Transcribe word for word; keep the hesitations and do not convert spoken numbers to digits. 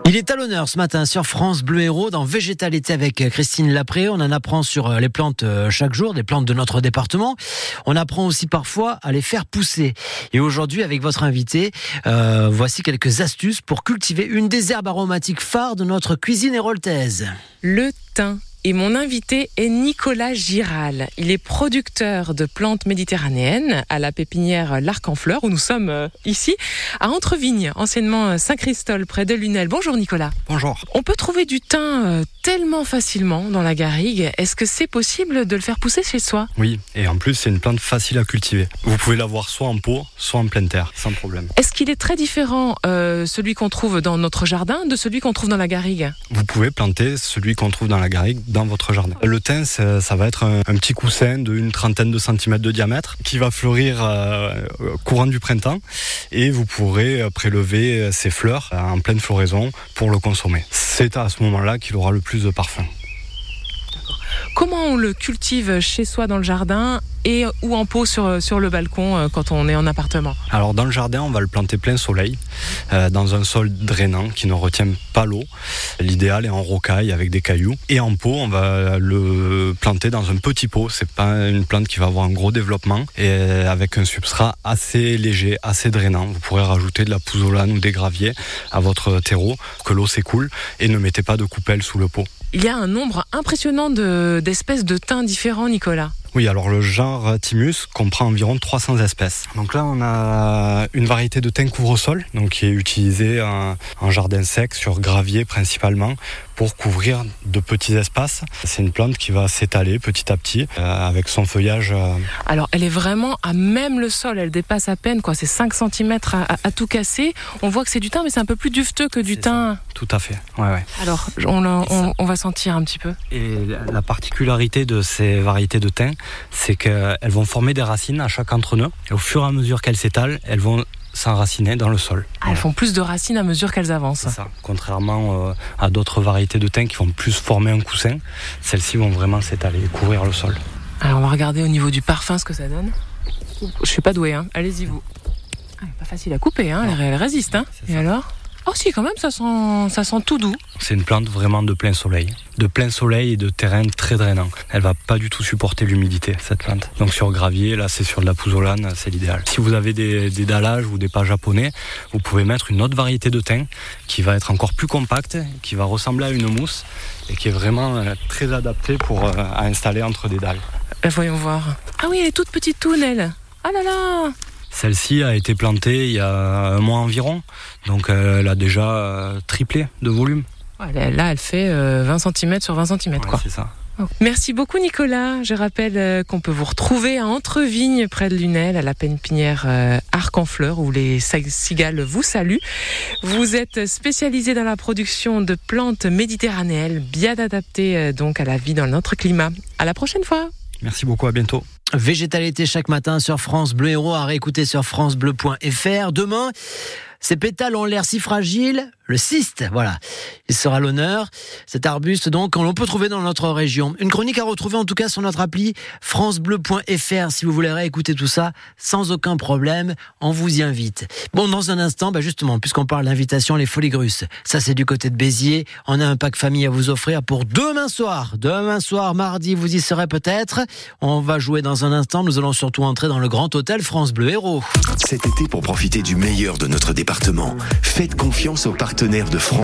Il est à l'honneur ce matin sur France Bleu Héros dans Végétalité avec Christine Lapré. On en apprend sur les plantes chaque jour, des plantes de notre département. On apprend aussi parfois à les faire pousser. Et aujourd'hui, avec votre invité, euh, voici quelques astuces pour cultiver une des herbes aromatiques phares de notre cuisine héroltaise. Le thym. Et mon invité est Nicolas Giral. Il est producteur de plantes méditerranéennes à la pépinière L'Arc en Fleur, où nous sommes euh, ici, à Entrevignes, anciennement Saint-Christol, près de Lunel. Bonjour Nicolas. Bonjour. On peut trouver du thym euh, tellement facilement dans la garrigue. Est-ce que c'est possible de le faire pousser chez soi ? Oui, et en plus c'est une plante facile à cultiver. Vous pouvez l'avoir soit en pot, soit en pleine terre, sans problème. Est-ce qu'il est très différent, euh, celui qu'on trouve dans notre jardin, de celui qu'on trouve dans la garrigue ? Vous pouvez planter celui qu'on trouve dans la garrigue dans votre jardin. Le thym, ça, ça va être un, un petit coussin d'une trentaine de centimètres de diamètre qui va fleurir euh, courant du printemps et vous pourrez prélever ses fleurs en pleine floraison pour le consommer. C'est à ce moment-là qu'il aura le plus de parfum. Comment on le cultive chez soi dans le jardin et ou en pot sur, sur le balcon quand on est en appartement ? Alors dans le jardin, on va le planter plein soleil, euh, dans un sol drainant qui ne retient pas l'eau. L'idéal est en rocaille avec des cailloux. Et en pot, on va le planter dans un petit pot. C'est pas une plante qui va avoir un gros développement et avec un substrat assez léger, assez drainant. Vous pourrez rajouter de la pouzzolane ou des graviers à votre terreau pour que l'eau s'écoule et ne mettez pas de coupelle sous le pot. Il y a un nombre impressionnant de, d'espèces de thym différents, Nicolas. Oui, alors le genre Thymus comprend environ trois cents espèces. Donc là, on a une variété de thym couvre-sol, donc qui est utilisée en, en jardin sec, sur gravier principalement, pour couvrir de petits espaces. C'est une plante qui va s'étaler petit à petit, euh, avec son feuillage. Euh... Alors, elle est vraiment à même le sol, elle dépasse à peine, quoi. C'est cinq centimètres à, à, à tout casser. On voit que c'est du thym, mais c'est un peu plus duveteux que du c'est thym. Ça. Tout à fait, ouais, ouais. Alors, on, on, on va sentir un petit peu. Et la particularité de ces variétés de thym, c'est qu'elles vont former des racines à chaque entrenœud. Et au fur et à mesure qu'elles s'étalent, elles vont s'enraciner dans le sol. Ah, elles font plus de racines à mesure qu'elles avancent. C'est ça. Contrairement euh, à d'autres variétés de thym qui vont plus former un coussin, celles-ci vont vraiment s'étaler et couvrir le sol. Alors on va regarder au niveau du parfum ce que ça donne. Je suis pas douée, hein. Allez-y vous. Ah, pas facile à couper, hein. Elle, elle résiste. Hein. Et alors ? Oh si, quand même, ça sent, ça sent tout doux. C'est une plante vraiment de plein soleil. De plein soleil et de terrain très drainant. Elle va pas du tout supporter l'humidité, cette plante. Donc sur gravier, là c'est sur de la pouzzolane, c'est l'idéal. Si vous avez des, des dallages ou des pas japonais, vous pouvez mettre une autre variété de thym qui va être encore plus compacte, qui va ressembler à une mousse et qui est vraiment très adaptée pour euh, à installer entre des dalles. Ben, voyons voir. Ah oui, elle est toute petite toune, elle. Ah là là. Celle-ci a été plantée il y a un mois environ, donc elle a déjà triplé de volume. Ouais, là, elle fait vingt centimètres sur vingt centimètres. Ouais, quoi. C'est ça. Merci beaucoup Nicolas. Je rappelle qu'on peut vous retrouver à Entrevignes, près de Lunel, à la pépinière Arc en Fleur, où les cigales vous saluent. Vous êtes spécialisé dans la production de plantes méditerranéennes, bien adaptées donc à la vie dans notre climat. À la prochaine fois. Merci beaucoup, à bientôt. Végétalité chaque matin sur France Bleu Héros, à réécouter sur francebleu point f r. Demain, ces pétales ont l'air si fragiles, le cyste, voilà, il sera à l'honneur. Cet arbuste, donc, on peut trouver dans notre région. Une chronique à retrouver en tout cas sur notre appli francebleu point f r si vous voulez réécouter tout ça sans aucun problème, on vous y invite. Bon, dans un instant, bah justement, puisqu'on parle d'invitation, les Folies Grusses, ça c'est du côté de Béziers, on a un pack famille à vous offrir pour demain soir. Demain soir, mardi, vous y serez peut-être. On va jouer dans un instant, nous allons surtout entrer dans le grand hôtel France Bleu Héros. Cet été, pour profiter du meilleur de notre département, faites confiance aux partenaires de France.